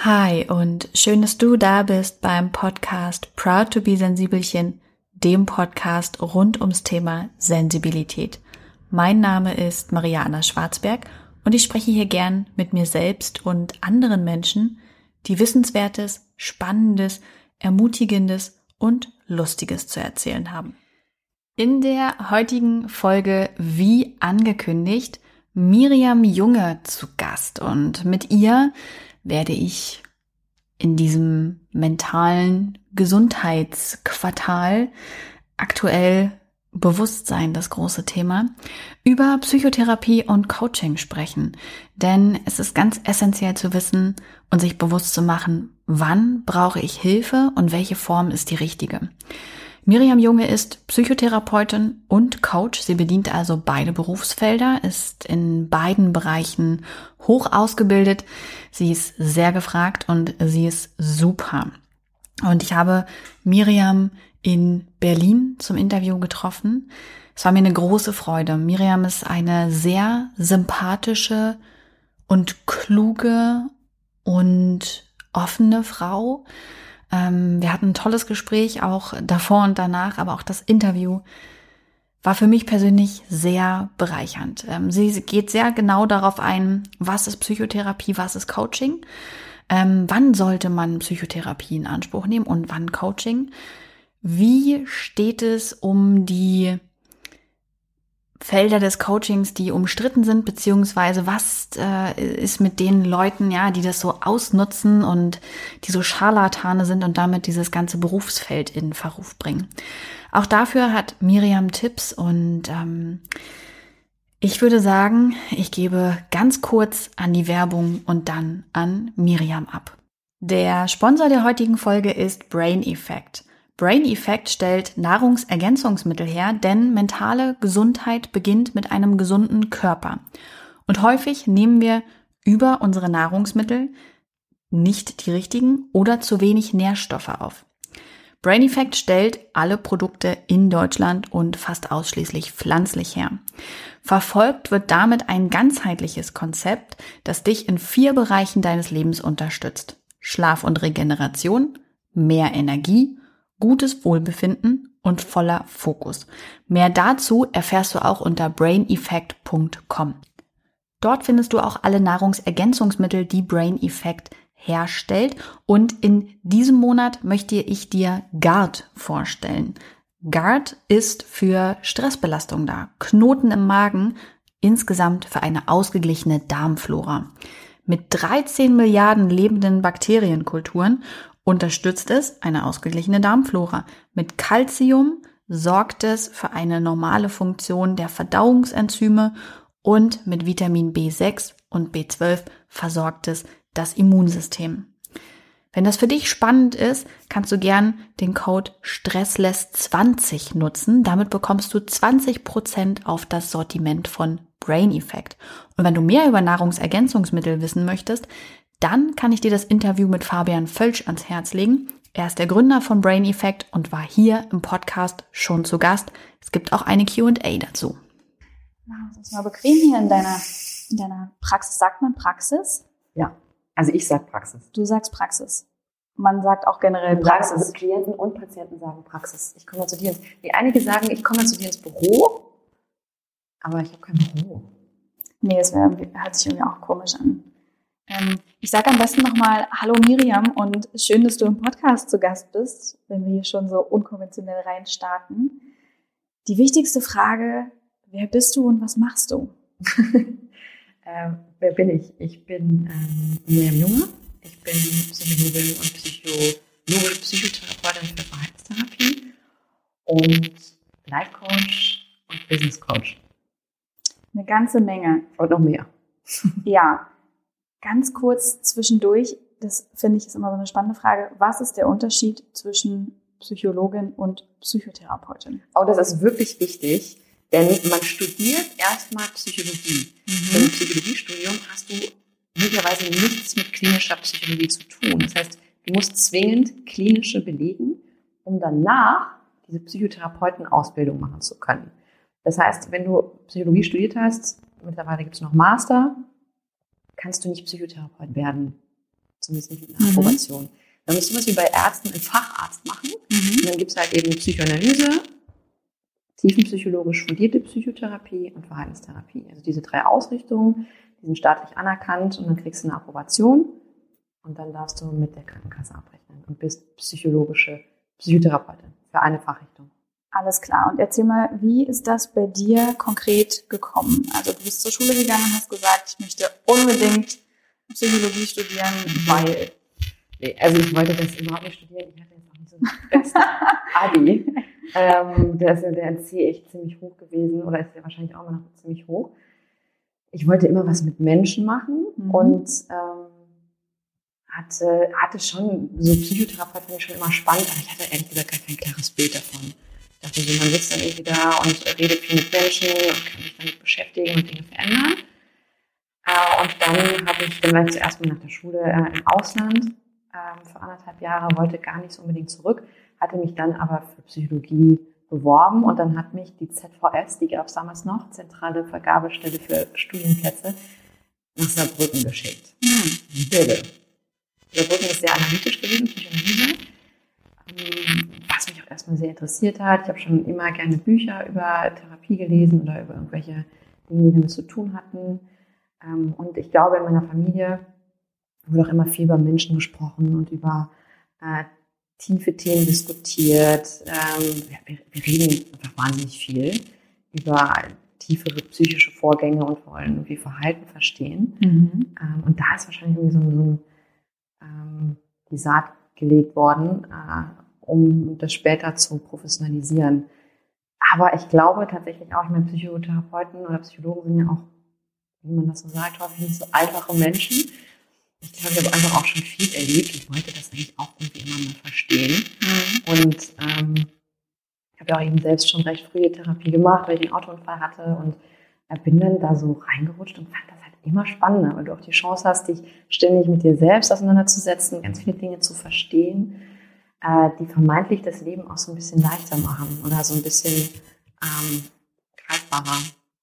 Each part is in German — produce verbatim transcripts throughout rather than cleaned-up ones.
Hi und schön, dass du da bist beim Podcast Proud to be Sensibelchen, dem Podcast rund ums Thema Sensibilität. Mein Name ist Maria Anna Schwarzberg und ich spreche hier gern mit mir selbst und anderen Menschen, die Wissenswertes, Spannendes, Ermutigendes und Lustiges zu erzählen haben. In der heutigen Folge, wie angekündigt, Miriam Junge zu Gast und mit ihr werde ich in diesem mentalen Gesundheitsquartal, aktuell Bewusstsein, das große Thema, über Psychotherapie und Coaching sprechen. Denn es ist ganz essentiell zu wissen und sich bewusst zu machen, wann brauche ich Hilfe und welche Form ist die richtige. Miriam Junge ist Psychotherapeutin und Coach. Sie bedient also beide Berufsfelder, ist in beiden Bereichen hoch ausgebildet. Sie ist sehr gefragt und sie ist super. Und ich habe Miriam in Berlin zum Interview getroffen. Es war mir eine große Freude. Miriam ist eine sehr sympathische und kluge und offene Frau. Wir hatten ein tolles Gespräch, auch davor und danach, aber auch das Interview war für mich persönlich sehr bereichernd. Sie geht sehr genau darauf ein, was ist Psychotherapie, was ist Coaching, ähm, wann sollte man Psychotherapie in Anspruch nehmen und wann Coaching. Wie steht es um die Felder des Coachings, die umstritten sind, beziehungsweise was äh, ist mit den Leuten, ja, die das so ausnutzen und die so Scharlatane sind und damit dieses ganze Berufsfeld in Verruf bringen. Auch dafür hat Miriam Tipps und ähm, ich würde sagen, ich gebe ganz kurz an die Werbung und dann an Miriam ab. Der Sponsor der heutigen Folge ist Brain Effect. Brain Effect stellt Nahrungsergänzungsmittel her, denn mentale Gesundheit beginnt mit einem gesunden Körper. Und häufig nehmen wir über unsere Nahrungsmittel nicht die richtigen oder zu wenig Nährstoffe auf. Brain Effect stellt alle Produkte in Deutschland und fast ausschließlich pflanzlich her. Verfolgt wird damit ein ganzheitliches Konzept, das dich in vier Bereichen deines Lebens unterstützt. Schlaf und Regeneration, mehr Energie, gutes Wohlbefinden und voller Fokus. Mehr dazu erfährst du auch unter brain effect punkt com. Dort findest du auch alle Nahrungsergänzungsmittel, die Brain Effect herstellt. Und in diesem Monat möchte ich dir Guard vorstellen. Guard ist für Stressbelastung da, Knoten im Magen, insgesamt für eine ausgeglichene Darmflora. Mit dreizehn Milliarden lebenden Bakterienkulturen unterstützt es eine ausgeglichene Darmflora. Mit Calcium sorgt es für eine normale Funktion der Verdauungsenzyme und mit Vitamin B sechs und B zwölf versorgt es das Immunsystem. Wenn das für dich spannend ist, kannst du gern den Code Stressless zwanzig nutzen. Damit bekommst du zwanzig Prozent auf das Sortiment von Brain Effect. Und wenn du mehr über Nahrungsergänzungsmittel wissen möchtest, dann kann ich dir das Interview mit Fabian Völsch ans Herz legen. Er ist der Gründer von Brain Effect und war hier im Podcast schon zu Gast. Es gibt auch eine Q und A dazu. Das ist mal bequem hier in deiner, in deiner Praxis. Sagt man Praxis? Ja, also ich sag Praxis. Du sagst Praxis. Man sagt auch generell Praxis. Also Klienten und Patienten sagen Praxis. Ich komme mal zu dir ins, nee, einige sagen, ich komme mal zu dir ins Büro, aber ich habe kein Büro. Nee, das wär, hört sich irgendwie auch komisch an. Ähm, ich sage am besten nochmal Hallo Miriam und schön, dass du im Podcast zu Gast bist, wenn wir hier schon so unkonventionell reinstarten. Die wichtigste Frage, wer bist du und was machst du? ähm, wer bin ich? Ich bin ähm, Miriam Junge. Ich bin Psychologin und psychologische Psychotherapeutin für Verhaltenstherapie und Life Coach und Business Coach. Eine ganze Menge. Und noch mehr. Ja. Ganz kurz zwischendurch, das finde ich ist immer so eine spannende Frage, was ist der Unterschied zwischen Psychologin und Psychotherapeutin? Oh, das ist wirklich wichtig, denn man studiert erstmal Psychologie. Mhm. Im Psychologiestudium hast du möglicherweise nichts mit klinischer Psychologie zu tun. Das heißt, du musst zwingend klinische belegen, um danach diese Psychotherapeutenausbildung machen zu können. Das heißt, wenn du Psychologie studiert hast, mittlerweile gibt es noch Master, kannst du nicht Psychotherapeut werden. zumindest nicht mit einer Mhm. Approbation. Dann musst du was wie bei Ärzten einen Facharzt machen. Mhm. Und dann gibt es halt eben Psychoanalyse, tiefenpsychologisch fundierte Psychotherapie und Verhaltenstherapie. Also diese drei Ausrichtungen, die sind staatlich anerkannt und dann kriegst du eine Approbation und dann darfst du mit der Krankenkasse abrechnen und bist psychologische Psychotherapeutin für eine Fachrichtung. Alles klar. Und erzähl mal, wie ist das bei dir konkret gekommen? Also du bist zur Schule gegangen und hast gesagt, ich möchte unbedingt Psychologie studieren, weil... Nee, also ich wollte das überhaupt nicht studieren. Ich hatte jetzt auch nicht so das beste Abi. ähm, der ist ja der N C echt ziemlich hoch gewesen oder ist ja wahrscheinlich auch immer noch ziemlich hoch. Ich wollte immer was mit Menschen machen Mhm. und ähm, hatte, hatte schon, so Psychotherapeut fand ich schon immer spannend, aber ich hatte ehrlich gesagt gar kein klares Bild davon. Ich dachte so, man sitzt dann irgendwie da und redet viel mit Menschen und kann sich damit beschäftigen und Dinge verändern. Äh, und dann habe ich, dann war ich zuerst mal nach der Schule äh, im Ausland ähm, für anderthalb Jahre, wollte gar nicht so unbedingt zurück, hatte mich dann aber für Psychologie beworben und dann hat mich die Z V S, die gab es damals noch, Zentrale Vergabestelle für Studienplätze, nach Saarbrücken geschickt. Mhm. Bitte. Saarbrücken ist sehr analytisch gewesen, Psychoanalyse, ähm, was mich auch erstmal sehr interessiert hat. Ich habe schon immer gerne Bücher über Therapie gelesen oder über irgendwelche Dinge, die damit zu tun hatten. Ähm, und ich glaube, in meiner Familie wurde auch immer viel über Menschen gesprochen und über äh, tiefe Themen diskutiert. Ähm, wir, wir reden einfach wahnsinnig viel über tiefere psychische Vorgänge und wollen irgendwie Verhalten verstehen. Mhm. Ähm, und da ist wahrscheinlich irgendwie so, so ein, ähm, die Saat gelegt worden, äh, um das später zu professionalisieren. Aber ich glaube tatsächlich auch, ich meine, Psychotherapeuten oder Psychologen sind ja auch, wie man das so sagt, häufig nicht so einfache Menschen. Ich glaube, ich habe einfach auch schon viel erlebt. Ich wollte das eigentlich auch irgendwie immer mal verstehen. Mhm. Und ähm, ich habe ja auch eben selbst schon recht frühe Therapie gemacht, weil ich einen Autounfall hatte und äh, bin dann da so reingerutscht und fand das halt immer spannender, weil du auch die Chance hast, dich ständig mit dir selbst auseinanderzusetzen, ganz viele Dinge zu verstehen, äh, die vermeintlich das Leben auch so ein bisschen leichter machen oder so ein bisschen ähm, greifbarer.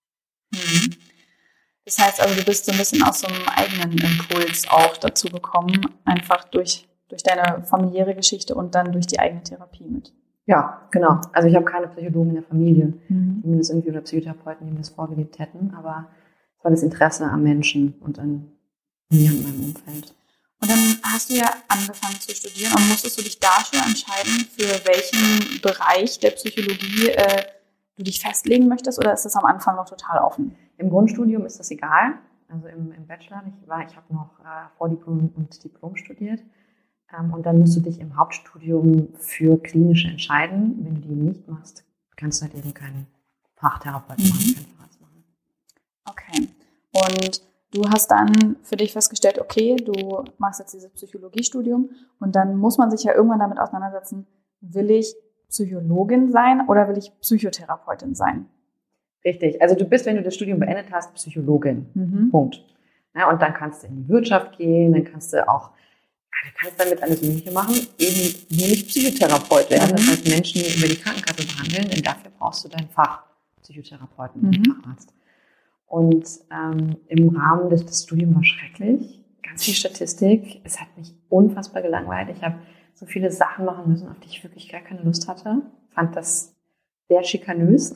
Mhm. Das heißt also, du bist so ein bisschen aus so einem eigenen Impuls auch dazu gekommen, einfach durch, durch deine familiäre Geschichte und dann durch die eigene Therapie mit. Ja, genau. Also ich habe keine Psychologen in der Familie, Mhm. zumindest irgendwie oder Psychotherapeuten, die mir das vorgelebt hätten, aber es war das Interesse am Menschen und an mir und meinem Umfeld. Und dann hast du ja angefangen zu studieren und musstest du dich da schon entscheiden, für welchen Bereich der Psychologie äh, du dich festlegen möchtest, oder ist das am Anfang noch total offen? Im Grundstudium ist das egal, also im, im Bachelor. Ich war, ich habe noch äh, Vordiplom und Diplom studiert. Ähm, und dann musst du dich im Hauptstudium für klinische entscheiden. Wenn du die nicht machst, kannst du halt eben keinen Fachtherapeuten machen, Mhm. keinen Facharzt machen. Okay. Und du hast dann für dich festgestellt, okay, du machst jetzt dieses Psychologiestudium und dann muss man sich ja irgendwann damit auseinandersetzen, will ich Psychologin sein oder will ich Psychotherapeutin sein? Richtig, also du bist, wenn du das Studium beendet hast, Psychologin. Mhm. Punkt. Ja, und dann kannst du in die Wirtschaft gehen, dann kannst du auch, ja, du kannst damit alles Mögliche machen, eben nur nicht Psychotherapeut werden, Mhm. das heißt Menschen über die Krankenkasse behandeln, denn dafür brauchst du deinen Fachpsychotherapeuten, Mhm. den Facharzt. Und ähm, im Rahmen des, des Studiums war schrecklich, ganz viel Statistik, es hat mich unfassbar gelangweilt, ich habe so viele Sachen machen müssen, auf die ich wirklich gar keine Lust hatte, fand das sehr schikanös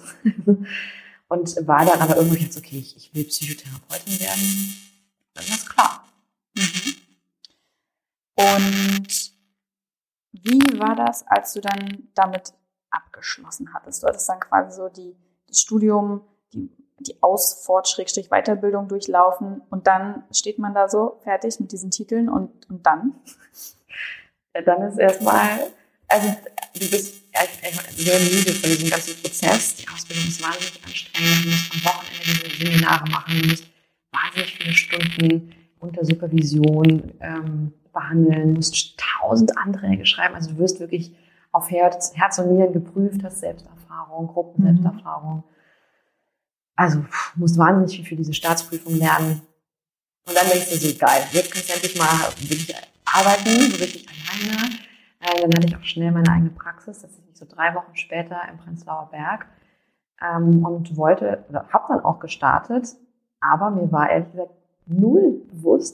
und war dann aber irgendwie jetzt, okay, ich, ich will Psychotherapeutin werden, dann war es klar. Mhm. Und wie war das, als du dann damit abgeschlossen hattest? Du hattest dann quasi so die, das Studium, die, die Aus-Fort-Weiterbildung durchlaufen und dann steht man da so fertig mit diesen Titeln und, und dann? Ja, dann ist erstmal, also du bist sehr müde von diesem ganzen Prozess. Die Ausbildung ist wahnsinnig anstrengend. Du musst am Wochenende diese Seminare machen. Du musst wahnsinnig viele Stunden unter Supervision ähm, behandeln. Du musst tausend Anträge schreiben. Also du wirst wirklich auf Herz, Herz und Nieren geprüft, hast Selbsterfahrung, Gruppenselbsterfahrung. Also pff, musst wahnsinnig viel für diese Staatsprüfung lernen. Und dann denkst du so, geil, jetzt kannst du endlich mal wirklich arbeiten, so richtig alleine. Äh, dann hatte ich auch schnell meine eigene Praxis, das ist so drei Wochen später im Prenzlauer Berg. Ähm, und wollte, oder habe dann auch gestartet, aber mir war ehrlich gesagt null bewusst,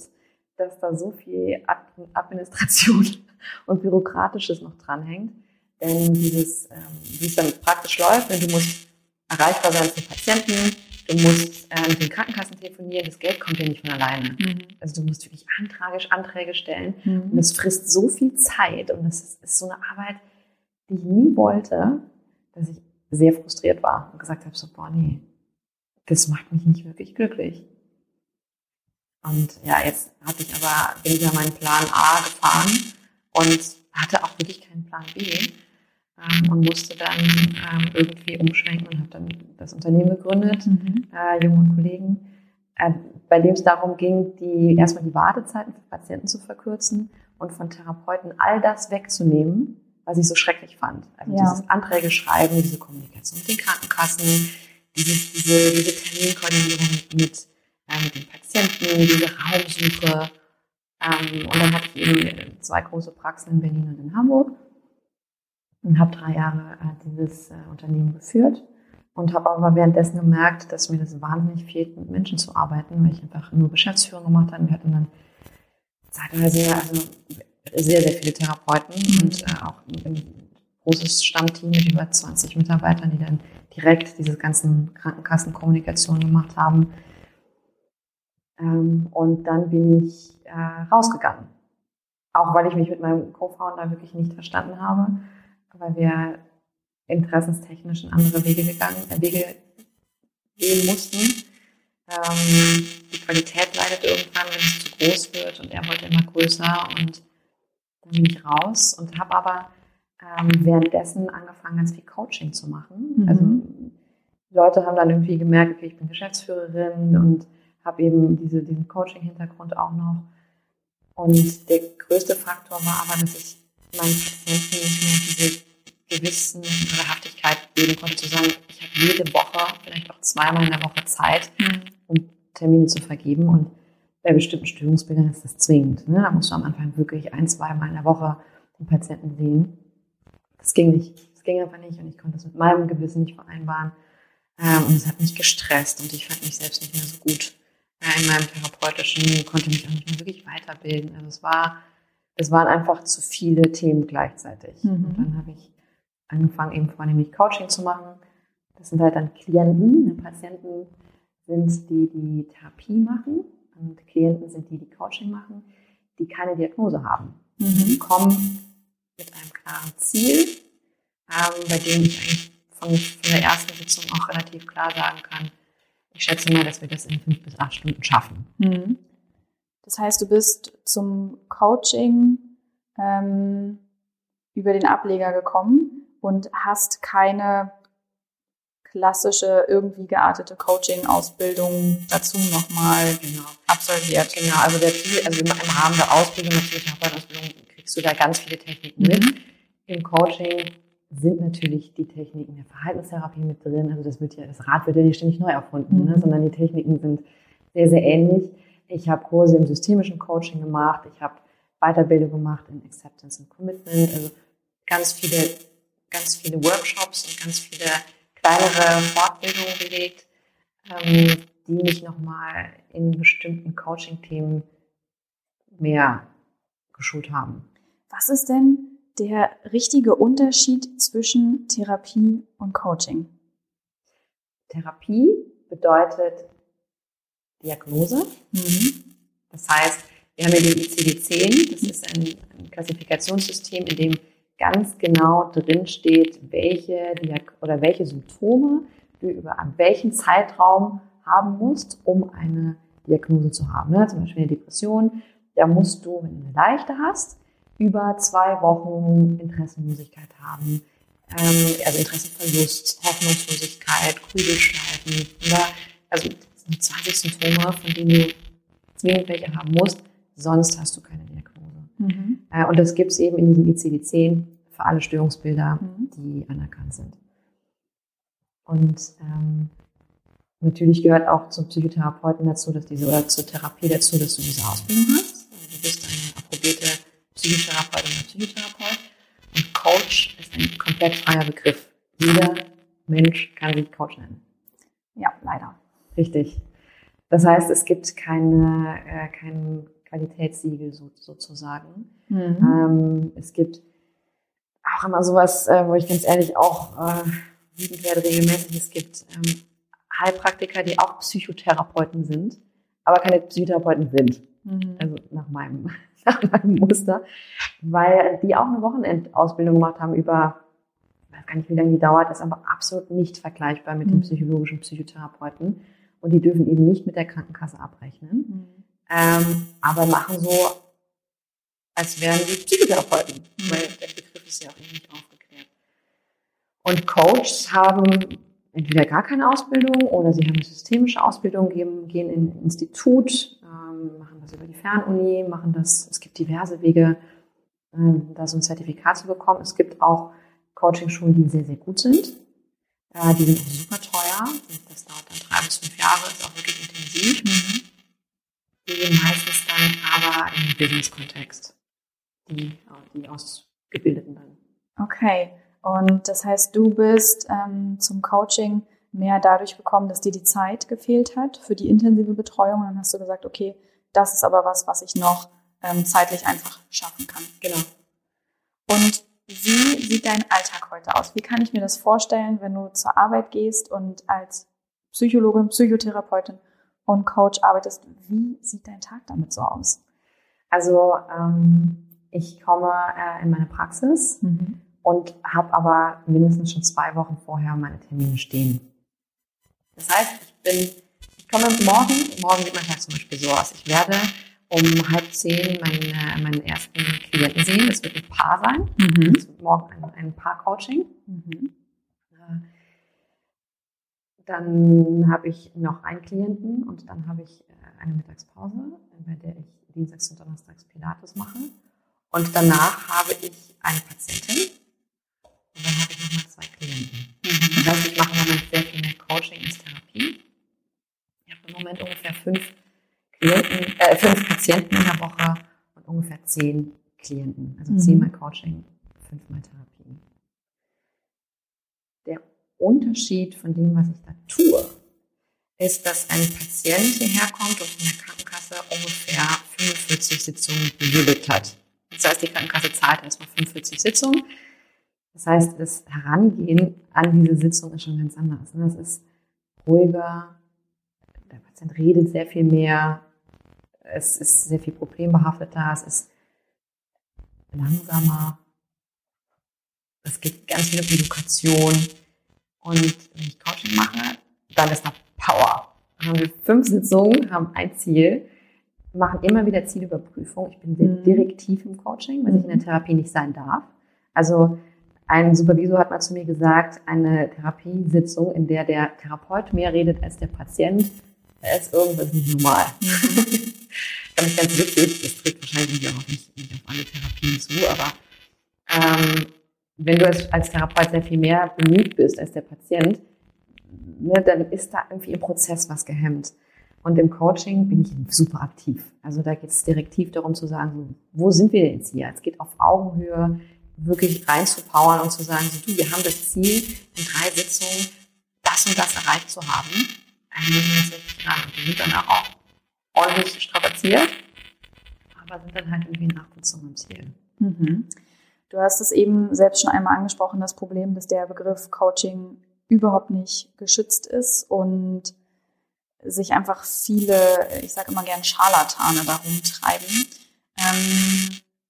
dass da so viel Administration und Bürokratisches noch dranhängt. Denn dieses, ähm, wie es dann praktisch läuft, wenn du musst erreichbar sein für Patienten, du musst äh, mit den Krankenkassen telefonieren, das Geld kommt ja nicht von alleine. Mhm. Also du musst wirklich antragisch Anträge stellen mhm. und das frisst so viel Zeit und das ist, ist so eine Arbeit, die ich nie wollte, dass ich sehr frustriert war und gesagt habe, so, boah, nee, das macht mich nicht wirklich glücklich. Und ja, jetzt hatte ich aber, bin ich ja meinen Plan A gefahren und hatte auch wirklich keinen Plan B ähm, und musste dann ähm, irgendwie umschwenken und habe dann das Unternehmen gegründet, mhm. äh, junge Kollegen, äh, bei dem es darum ging, die erstmal die Wartezeiten für Patienten zu verkürzen und von Therapeuten all das wegzunehmen, was ich so schrecklich fand. Also ja. dieses Anträge schreiben, diese Kommunikation mit den Krankenkassen, diese, diese, diese Terminkoordinierung mit, äh, mit den Patienten, diese Raumsuche. Ähm, und dann hatte ich eben zwei große Praxen in Berlin und in Hamburg und habe drei Jahre äh, dieses äh, Unternehmen geführt und habe aber währenddessen gemerkt, dass mir das wahnsinnig fehlt, mit Menschen zu arbeiten, weil ich einfach nur Geschäftsführung gemacht habe. Wir hatten dann zeitweise also sehr, sehr viele Therapeuten mhm. und äh, auch ein großes Stammteam mit über zwanzig Mitarbeitern, die dann direkt diese ganzen Krankenkassenkommunikationen gemacht haben. Ähm, und dann bin ich äh, rausgegangen. Auch weil ich mich mit meinem Co-Founder wirklich nicht verstanden habe, weil wir interessenstechnisch in andere Wege gegangen, äh, Wege gehen mussten. Ähm, die Qualität leidet irgendwann, wenn es zu groß wird und er wollte immer größer und dann bin ich raus und habe aber ähm, währenddessen angefangen, ganz viel Coaching zu machen. Mhm. Also die Leute haben dann irgendwie gemerkt, okay, ich bin Geschäftsführerin und habe eben diese, diesen Coaching-Hintergrund auch noch. Und der größte Faktor war aber, dass ich meinen Patienten nicht mehr diese Gewissen und Wahrhaftigkeit geben konnte, zu sagen, ich habe jede Woche, vielleicht auch zweimal in der Woche Zeit, mhm. um Termine zu vergeben. Und bei bestimmten Störungsbildern ist das zwingend. Ne? Da musst du am Anfang wirklich ein, zweimal in der Woche den Patienten sehen. Das ging nicht. Das ging einfach nicht und ich konnte das mit meinem Gewissen nicht vereinbaren. Ähm, und es hat mich gestresst und ich fand mich selbst nicht mehr so gut äh, in meinem therapeutischen, konnte mich auch nicht mehr wirklich weiterbilden. Also es war, es waren einfach zu viele Themen gleichzeitig. Mhm. Und dann habe ich angefangen, eben vornehmlich Coaching zu machen. Das sind halt dann Klienten. Die Patienten sind die, die Therapie machen. Und Klienten sind die, die Coaching machen, die keine Diagnose haben. Mhm. Die kommen mit einem klaren Ziel, ähm, bei dem ich eigentlich von, von der ersten Sitzung auch relativ klar sagen kann, ich schätze mal, dass wir das in fünf bis acht Stunden schaffen. Mhm. Das heißt, du bist zum Coaching ähm, über den Ableger gekommen und hast keine klassische, irgendwie geartete Coaching-Ausbildung dazu nochmal genau. absolviert. Genau, also, der, also im Rahmen der Ausbildung, natürlich Therapeutausbildung, kriegst du da ganz viele Techniken mhm. mit. Im Coaching sind natürlich die Techniken der Verhaltenstherapie mit drin. Also das wird ja, das Rad wird ja nicht ständig neu erfunden, mhm. ne? Sondern die Techniken sind sehr, sehr ähnlich. Ich habe Kurse im systemischen Coaching gemacht, ich habe Weiterbildung gemacht in Acceptance and Commitment, also ganz viele, ganz viele Workshops und ganz viele kleinere Fortbildungen belegt, ähm, die mich nochmal in bestimmten Coaching-Themen mehr geschult haben. Was ist denn der richtige Unterschied zwischen Therapie und Coaching? Therapie bedeutet Diagnose. Mhm. Das heißt, wir haben ja den I C D zehn, das ist ein, ein Klassifikationssystem, in dem ganz genau drin steht, welche oder welche Symptome du über welchen Zeitraum haben musst, um eine Diagnose zu haben. Ne? Zum Beispiel eine Depression, da musst du, wenn du eine leichte hast, über zwei Wochen Interessenlosigkeit haben, ähm, also Interessenverlust, Hoffnungslosigkeit, Grübelschleifen, oder, also das sind zwanzig Symptome, von denen du zwingend welche haben musst, sonst hast du keine Diagnose. Mhm. Äh, und das gibt es eben in diesem I C D zehn für alle Störungsbilder, mhm. die anerkannt sind. Und ähm, natürlich gehört auch zum Psychotherapeuten dazu, dass diese, oder zur Therapie dazu, dass du diese Ausbildung hast. Also du bist eine approbierte Psychotherapeutin oder Psychotherapeut. Und Coach ist ein komplett freier Begriff. Jeder Mensch kann sich Coach nennen. Ja, leider. Richtig. Das heißt, es gibt keine, äh, kein, Qualitätssiegel so, sozusagen. Mhm. Ähm, es gibt auch immer sowas, äh, wo ich ganz ehrlich auch äh, wütend werde regelmäßig. Es gibt ähm, Heilpraktiker, die auch Psychotherapeuten sind, aber keine Psychotherapeuten sind. Mhm. Also nach meinem, nach meinem Muster. Weil die auch eine Wochenendausbildung gemacht haben über, ich weiß gar nicht, wie lange die dauert, ist aber absolut nicht vergleichbar mit Mhm. dem psychologischen Psychotherapeuten. Und die dürfen eben nicht mit der Krankenkasse abrechnen. Mhm. Ähm, aber machen so, als wären sie Psychotherapeuten, Mhm. weil der Begriff ist ja auch eben nicht aufgeklärt. Und Coaches haben entweder gar keine Ausbildung oder sie haben eine systemische Ausbildung, gehen, gehen in ein Institut, ähm, machen das über die Fernuni, machen das, es gibt diverse Wege, ähm, da so ein Zertifikat zu bekommen. Es gibt auch Coaching-Schulen, die sehr, sehr gut sind. Äh, die sind auch super teuer. Das dauert dann drei bis fünf Jahre, ist auch wirklich intensiv. Mhm. Die gehen meistens dann aber im Business-Kontext, die, die Ausgebildeten dann. Okay, und das heißt, du bist ähm, zum Coaching mehr dadurch gekommen, dass dir die Zeit gefehlt hat für die intensive Betreuung. Und dann hast du gesagt, okay, das ist aber was, was ich noch ähm, zeitlich einfach schaffen kann. Genau. Und wie sieht dein Alltag heute aus? Wie kann ich mir das vorstellen, wenn du zur Arbeit gehst und als Psychologin, Psychotherapeutin und Coach arbeitest? Wie sieht dein Tag damit so aus? Also ähm, ich komme äh, in meine Praxis Mhm. und habe aber mindestens schon zwei Wochen vorher meine Termine stehen. Das heißt, ich bin, ich komme morgen, morgen sieht mein Tag zum Beispiel so aus. Ich werde um halb zehn meine, meinen ersten Klienten sehen. Das wird ein Paar sein. Mhm. Das wird morgen ein, ein Paar-Coaching. Mhm. Dann habe ich noch einen Klienten und dann habe ich eine Mittagspause, bei der ich dienstags und donnerstags Pilates mache. Und danach habe ich eine Patientin und dann habe ich nochmal zwei Klienten. Mhm. Das heißt, ich mache im Moment sehr viel mehr Coaching als Therapie. Ich habe im Moment ungefähr fünf Klienten, äh, fünf Patienten in der Woche und ungefähr zehn Klienten. Also Mhm. zehnmal Coaching, fünfmal Therapie. Der Unterschied von dem, was ich da tue, ist, dass ein Patient hierher kommt und von der Krankenkasse ungefähr fünfundvierzig Sitzungen bewilligt hat. Das heißt, die Krankenkasse zahlt erstmal fünfundvierzig Sitzungen. Das heißt, das Herangehen an diese Sitzung ist schon ganz anders. Das ist ruhiger, der Patient redet sehr viel mehr, es ist sehr viel problembehafteter, es ist langsamer, es gibt ganz viel Edukation. Und wenn ich Coaching mache, dann ist noch Power. Dann haben wir fünf Sitzungen, haben ein Ziel, machen immer wieder Zielüberprüfung. Ich bin sehr Mhm. direktiv im Coaching, was ich in der Therapie nicht sein darf. Also ein Supervisor hat mal zu mir gesagt, eine Therapiesitzung, in der der Therapeut mehr redet als der Patient, da ist irgendwas nicht normal. Mhm. Fand ich ganz witzig. Das trifft wahrscheinlich auch nicht, nicht auf alle Therapien zu, aber ähm, wenn du als, als Therapeut sehr viel mehr bemüht bist als der Patient, ne, dann ist da irgendwie im Prozess was gehemmt. Und im Coaching bin ich super aktiv. Also da geht es direktiv darum zu sagen, wo sind wir jetzt hier? Es geht auf Augenhöhe, wirklich reinzupowern und zu sagen, so, du, wir haben das Ziel, in drei Sitzungen das und das erreicht zu haben. Dann müssen wir jetzt richtig ran. Und die sind dann auch ordentlich strapaziert, aber sind dann halt irgendwie in acht Sitzungen am Ziel. Mhm. Du hast es eben selbst schon einmal angesprochen, das Problem, dass der Begriff Coaching überhaupt nicht geschützt ist und sich einfach viele, ich sage immer gern Scharlatane darum treiben. Ähm,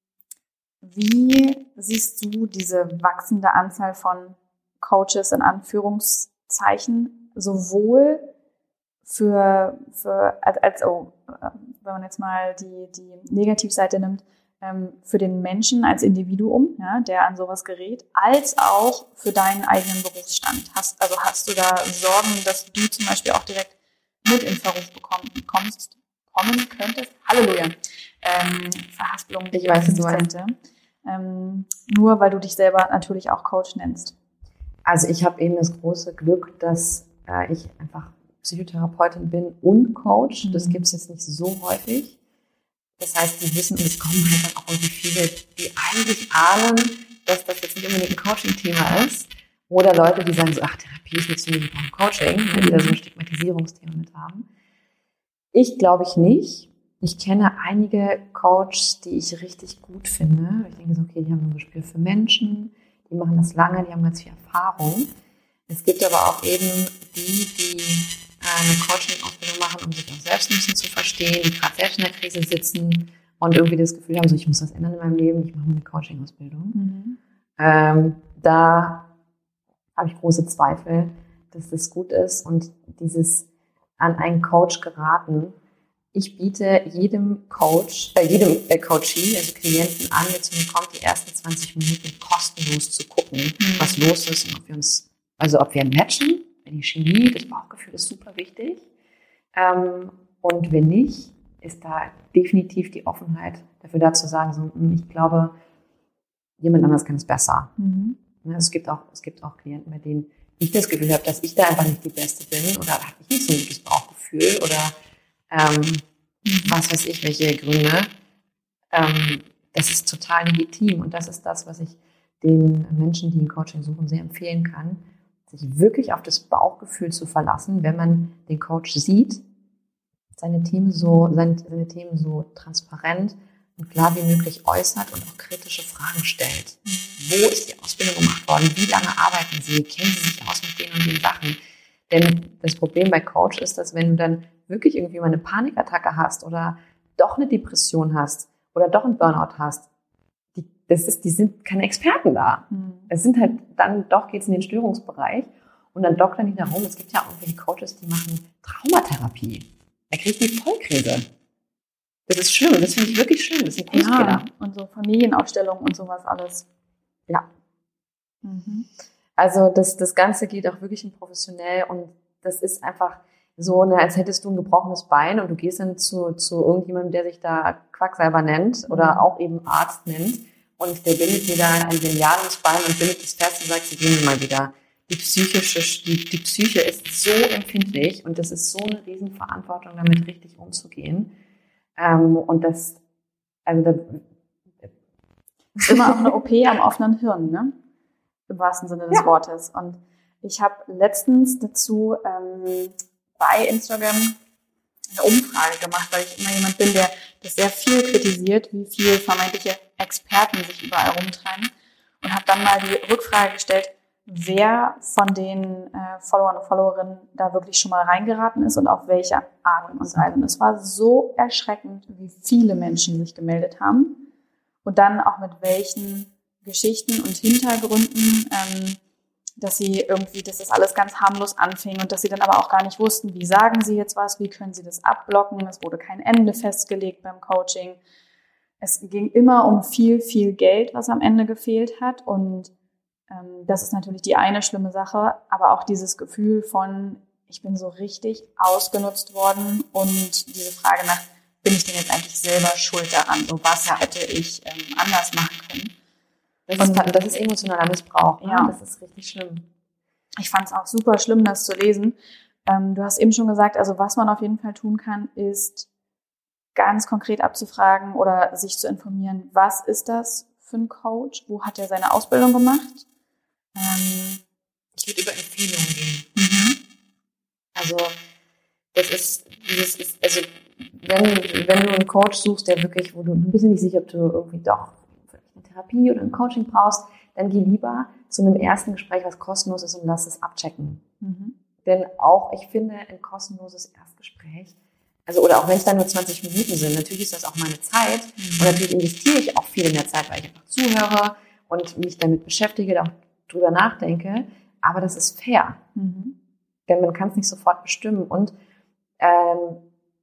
wie siehst du diese wachsende Anzahl von Coaches in Anführungszeichen sowohl für, für als, als oh, wenn man jetzt mal die, die Negativseite nimmt, für den Menschen als Individuum, ja, der an sowas gerät, als auch für deinen eigenen Berufsstand. Hast, also hast du da Sorgen, dass du zum Beispiel auch direkt mit in Verruf bekommen, kommst, kommen könntest? Halleluja. Ähm, Verhaspelung. Ich weiß, was du meinst. Ähm, nur weil du dich selber natürlich auch Coach nennst. Also ich habe eben das große Glück, dass äh, ich einfach Psychotherapeutin bin und Coach. Mhm. Das gibt es jetzt nicht so häufig. Das heißt, die wissen, und es kommen halt dann auch irgendwie viele, die eigentlich ahnen, dass das jetzt nicht unbedingt ein Coaching-Thema ist. Oder Leute, die sagen so, ach, Therapie ist nichts für mich, ich brauche Coaching, weil die da so ein Stigmatisierungsthema mit haben. Ich glaube ich nicht. ich kenne einige Coaches, die ich richtig gut finde. Ich denke so, okay, die haben ein Gespür für Menschen, die machen das lange, die haben ganz viel Erfahrung. Es gibt aber auch eben die, die eine Coaching-Ausbildung machen, um sich auch selbst ein bisschen zu verstehen, die gerade selbst in der Krise sitzen und irgendwie das Gefühl haben, so, ich muss was ändern in meinem Leben, ich mache mal eine Coaching-Ausbildung. Mhm. Ähm, da habe ich große Zweifel, dass das gut ist und dieses an einen Coach geraten. Ich biete jedem Coach, äh, jedem äh, Coachee, also Klienten an, der zu mir kommt, die ersten zwanzig Minuten kostenlos zu gucken, mhm. was los ist und ob wir uns, also ob wir matchen, die Chemie, das Bauchgefühl ist super wichtig. Ähm, und wenn nicht, ist da definitiv die Offenheit dafür da zu sagen, so, ich glaube, jemand anders kann es besser. Mhm. Ja, es gibt auch, es gibt auch Klienten, bei denen ich das Gefühl habe, dass ich da einfach nicht die Beste bin oder habe ich nicht so ein gutes Bauchgefühl oder ähm, was weiß ich, welche Gründe. Ähm, das ist total legitim und das ist das, was ich den Menschen, die ein Coaching suchen, sehr empfehlen kann, sich wirklich auf das Bauchgefühl zu verlassen, wenn man den Coach sieht, seine Themen so, seine, seine Themen so transparent und klar wie möglich äußert und auch kritische Fragen stellt. Wo ist die Ausbildung gemacht worden? Wie lange arbeiten Sie? Kennen Sie sich aus mit den und den Sachen? Denn das Problem bei Coach ist, dass wenn du dann wirklich irgendwie mal eine Panikattacke hast oder doch eine Depression hast oder doch einen Burnout hast, die, das ist, die sind keine Experten da. Mhm. Es sind halt, dann doch geht's in den Störungsbereich und dann doktern die da rum. Es gibt ja auch irgendwelche Coaches, die machen Traumatherapie. Da kriegt die Vollkrise. Das ist schlimm, das finde ich wirklich schlimm. Das ist ein Kunstfehler. Ja, und so Familienaufstellungen und sowas alles. Ja. Mhm. Also das, das Ganze geht auch wirklich in professionell und das ist einfach so, ne, als hättest du ein gebrochenes Bein und du gehst dann zu, zu irgendjemandem, der sich da Quacksalber nennt oder mhm. auch eben Arzt nennt und der bindet dir da ein Lineal ins Bein und bindet es fest und sagt, sie gehen mal wieder. Die psychische, die, die Psyche ist so empfindlich und das ist so eine Riesenverantwortung, damit richtig umzugehen. Ähm, und das, also da ist immer auch eine O P am offenen Hirn, ne? Im wahrsten Sinne des ja. Wortes. Und ich habe letztens dazu ähm, bei Instagram eine Umfrage gemacht, weil ich immer jemand bin, der das sehr viel kritisiert, wie viel vermeintliche Experten sich überall rumtreiben. Und habe dann mal die Rückfrage gestellt, wer von den äh, Followern und Followerinnen da wirklich schon mal reingeraten ist und auf welche Art und Weise. Und es war so erschreckend, wie viele Menschen sich gemeldet haben und dann auch mit welchen Geschichten und Hintergründen, ähm, dass sie irgendwie, dass das alles ganz harmlos anfing und dass sie dann aber auch gar nicht wussten, wie sagen sie jetzt was, wie können sie das abblocken. Es wurde kein Ende festgelegt beim Coaching. Es ging immer um viel, viel Geld, was am Ende gefehlt hat und das ist natürlich die eine schlimme Sache, aber auch dieses Gefühl von, ich bin so richtig ausgenutzt worden und diese Frage nach, bin ich denn jetzt eigentlich selber schuld daran? So, was hätte ich ähm, anders machen können? Das ist, und, das ist emotionaler Missbrauch. Ja, das ist richtig schlimm. Ich fand es auch super schlimm, das zu lesen. Ähm, du hast eben schon gesagt, also was man auf jeden Fall tun kann, ist ganz konkret abzufragen oder sich zu informieren, was ist das für ein Coach? Wo hat er seine Ausbildung gemacht? Ähm, ich würde über Empfehlungen gehen. Mhm. Also das ist, das ist, also wenn, wenn du einen Coach suchst, der wirklich, wo du ein bisschen nicht sicher, ob du irgendwie doch eine Therapie oder ein Coaching brauchst, dann geh lieber zu einem ersten Gespräch, was kostenlos ist und lass es abchecken. Mhm. Denn auch, ich finde, ein kostenloses Erstgespräch, also oder auch wenn es dann nur zwanzig Minuten sind, natürlich ist das auch meine Zeit mhm. und natürlich investiere ich auch viel in der Zeit, weil ich einfach zuhöre und mich damit beschäftige, auch drüber nachdenke, aber das ist fair. Mhm. Denn man kann es nicht sofort bestimmen. Und ähm,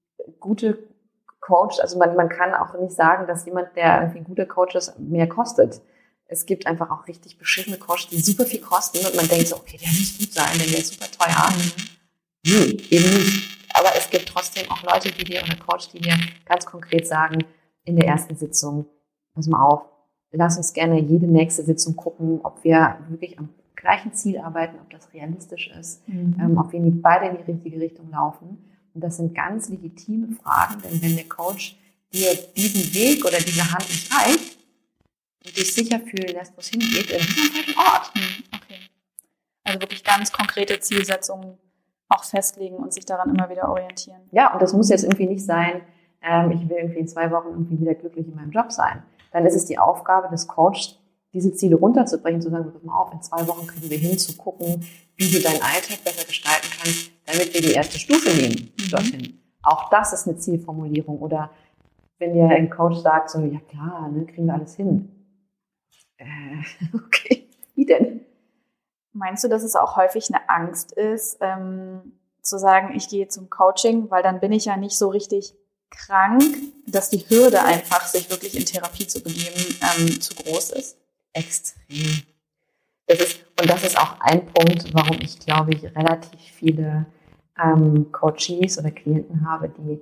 gute Coach, also man, man kann auch nicht sagen, dass jemand, der irgendwie ein guter Coach ist, mehr kostet. Es gibt einfach auch richtig beschissene Coaches, die super viel kosten und man denkt so, okay, der muss gut sein, denn der ist super teuer. Mhm. Nee, eben nicht. Aber es gibt trotzdem auch Leute, die dir, oder Coach, die dir ganz konkret sagen, in der ersten Sitzung, pass mal auf, lass uns gerne jede nächste Sitzung gucken, ob wir wirklich am gleichen Ziel arbeiten, ob das realistisch ist, mhm. ähm, ob wir beide in die richtige Richtung laufen. Und das sind ganz legitime Fragen, denn wenn der Coach dir diesen Weg oder diese Hand nicht reicht und dich sicher fühlen lässt, wo es hingeht, dann ist es am falschen Ort. Mhm. Okay. Also wirklich ganz konkrete Zielsetzungen auch festlegen und sich daran immer wieder orientieren. Ja, und das muss jetzt irgendwie nicht sein, ähm, ich will irgendwie in zwei Wochen irgendwie wieder glücklich in meinem Job sein. Dann ist es die Aufgabe des Coaches, diese Ziele runterzubringen, zu sagen, pass mal auf, in zwei Wochen kriegen wir hin, zu gucken, wie du deinen Alltag besser gestalten kannst, damit wir die erste Stufe nehmen mhm. dorthin. Auch das ist eine Zielformulierung. Oder wenn dir ein Coach sagt, so, ja klar, ne, kriegen wir alles hin. Äh, okay, wie denn? Meinst du, dass es auch häufig eine Angst ist, ähm, zu sagen, ich gehe zum Coaching, weil dann bin ich ja nicht so richtig krank, dass die Hürde einfach, sich wirklich in Therapie zu begeben, ähm, zu groß ist? Extrem. Das ist, und das ist auch ein Punkt, warum ich, glaube ich, relativ viele ähm, Coaches oder Klienten habe, die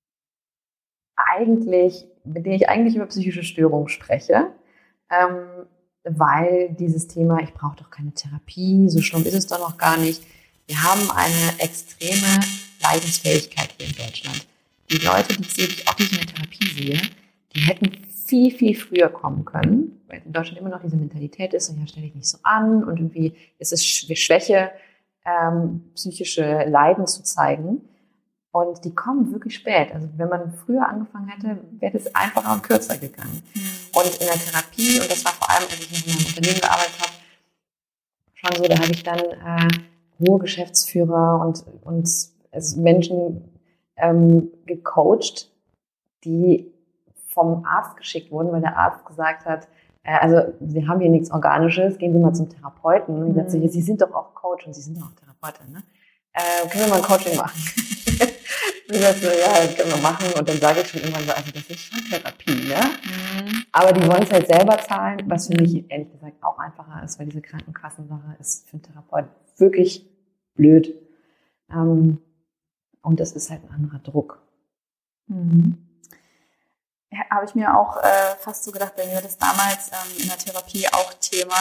eigentlich, mit denen ich eigentlich über psychische Störungen spreche, ähm, weil dieses Thema, ich brauche doch keine Therapie, so schlimm ist es doch noch gar nicht. Wir haben eine extreme Leidensfähigkeit hier in Deutschland. Die Leute, die ich auch nicht in der Therapie sehe, die hätten viel, viel früher kommen können, weil in Deutschland immer noch diese Mentalität ist, und ja, stelle ich nicht so an und irgendwie ist es Schwäche, ähm, psychische Leiden zu zeigen. Und die kommen wirklich spät. Also wenn man früher angefangen hätte, wäre das einfacher und kürzer gegangen. Mhm. Und in der Therapie, und das war vor allem, als ich noch in einem Unternehmen gearbeitet habe, schon so, da habe ich dann äh, hohe Geschäftsführer und, und also Menschen ähm, gecoacht, die vom Arzt geschickt wurden, weil der Arzt gesagt hat, äh, also Sie haben hier nichts Organisches, gehen Sie mal zum Therapeuten. Und ich dachte, mhm. Sie sind doch auch Coach und Sie sind doch auch Therapeutin, ne? Äh, können wir mal ein Coaching machen? Und ich dachte so, ja, das können wir machen. Und dann sage ich schon irgendwann so, also das ist schon Therapie, ne? Mhm. Aber die wollen es halt selber zahlen, was für mich ehrlich gesagt auch einfacher ist, weil diese Krankenkassensache ist für einen Therapeut wirklich blöd. Ähm, und das ist halt ein anderer Druck. Mhm. Ja, habe ich mir auch äh, fast so gedacht, bei mir war das damals ähm, in der Therapie auch Thema.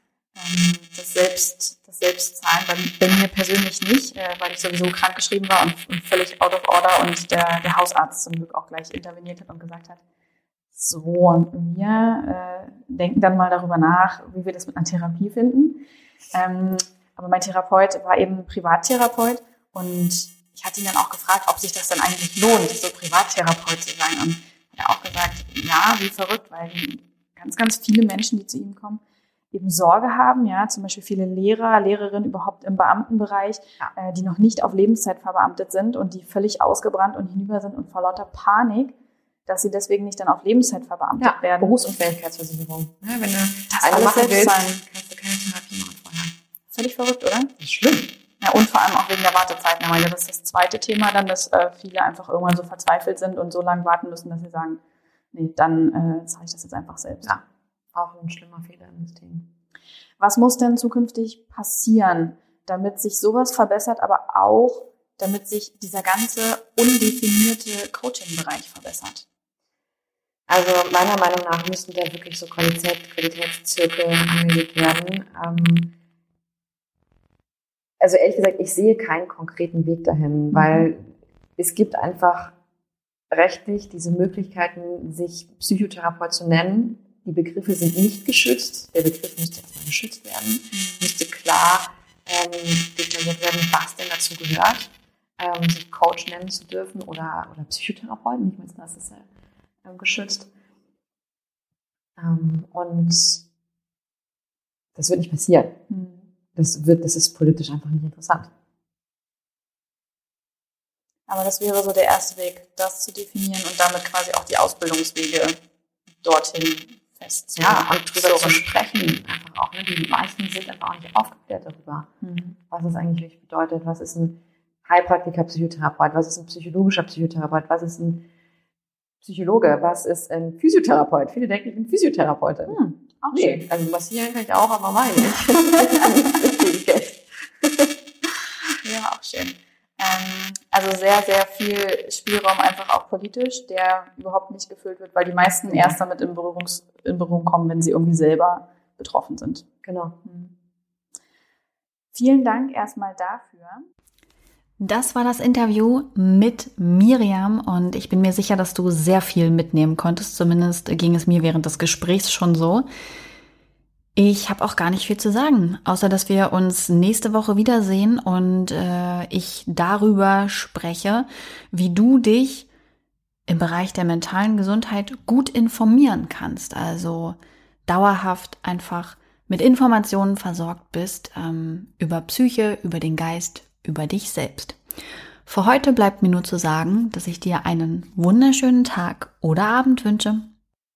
Das, Selbst, das Selbstzahlen, bei, bei mir persönlich nicht, äh, weil ich sowieso krankgeschrieben war und, und völlig out of order und der, der Hausarzt zum Glück auch gleich interveniert hat und gesagt hat, so, und wir äh, denken dann mal darüber nach, wie wir das mit einer Therapie finden. Ähm, aber mein Therapeut war eben Privattherapeut und ich hatte ihn dann auch gefragt, ob sich das dann eigentlich lohnt, so Privattherapeut zu sein. Und er hat auch gesagt, ja, wie verrückt, weil ganz, ganz viele Menschen, die zu ihm kommen, eben Sorge haben, ja, zum Beispiel viele Lehrer, Lehrerinnen überhaupt im Beamtenbereich, ja. äh, die noch nicht auf Lebenszeit verbeamtet sind und die völlig ausgebrannt und hinüber sind und vor lauter Panik, dass sie deswegen nicht dann auf Lebenszeit verbeamtet ja, werden. Berufsunfähigkeitsversicherung. Ja, wenn du das eine machen willst, sein. kannst du keine Therapie machen vorher. Völlig verrückt, oder? Das ist schlimm. Ja, und vor allem auch wegen der Wartezeiten. Ich meine, das ist das zweite Thema dann, dass äh, viele einfach irgendwann so verzweifelt sind und so lange warten müssen, dass sie sagen, nee, dann äh, zahle ich das jetzt einfach selbst. Ja. Auch ein schlimmer Fehler im System. Was muss denn zukünftig passieren, damit sich sowas verbessert, aber auch, damit sich dieser ganze undefinierte Coaching-Bereich verbessert? Also meiner Meinung nach müssten da wirklich so Qualität, Qualitätszirkel angelegt werden. Ähm, also ehrlich gesagt, ich sehe keinen konkreten Weg dahin, weil mhm. es gibt einfach rechtlich diese Möglichkeiten, sich Psychotherapeut zu nennen. Die Begriffe sind nicht geschützt. Der Begriff müsste erstmal geschützt werden. Mhm. Müsste klar ähm, definiert werden, was denn dazu gehört, ähm, sich Coach nennen zu dürfen oder, oder Psychotherapeut. Nicht mal das ist ja ähm, geschützt. Ähm, und das wird nicht passieren. Mhm. Das wird, das ist politisch einfach nicht interessant. Aber das wäre so der erste Weg, das zu definieren und damit quasi auch die Ausbildungswege dorthin fest. Ja, und drüber zu sprechen, einfach auch. Ne? Die meisten sind einfach auch nicht aufgeklärt darüber, mhm. was es eigentlich wirklich bedeutet. Was ist ein Heilpraktiker-Psychotherapeut? Was ist ein psychologischer Psychotherapeut? Was ist ein Psychologe? Was ist ein Physiotherapeut? Viele denken, ich bin Physiotherapeutin. Hm, auch nee, schön. Also massieren kann ich auch, aber meine nicht. Ja, auch schön. Ähm, also sehr, sehr viel Spielraum einfach auch politisch, der überhaupt nicht gefüllt wird, weil die meisten ja. erst damit in, Berührungs-, in Berührung kommen, wenn sie irgendwie selber betroffen sind. Genau. Mhm. Vielen Dank erstmal dafür. Das war das Interview mit Miriam und ich bin mir sicher, dass du sehr viel mitnehmen konntest. Zumindest ging es mir während des Gesprächs schon so. Ich habe auch gar nicht viel zu sagen, außer dass wir uns nächste Woche wiedersehen und äh, ich darüber spreche, wie du dich im Bereich der mentalen Gesundheit gut informieren kannst, also dauerhaft einfach mit Informationen versorgt bist ähm, über Psyche, über den Geist, über dich selbst. Für heute bleibt mir nur zu sagen, dass ich dir einen wunderschönen Tag oder Abend wünsche.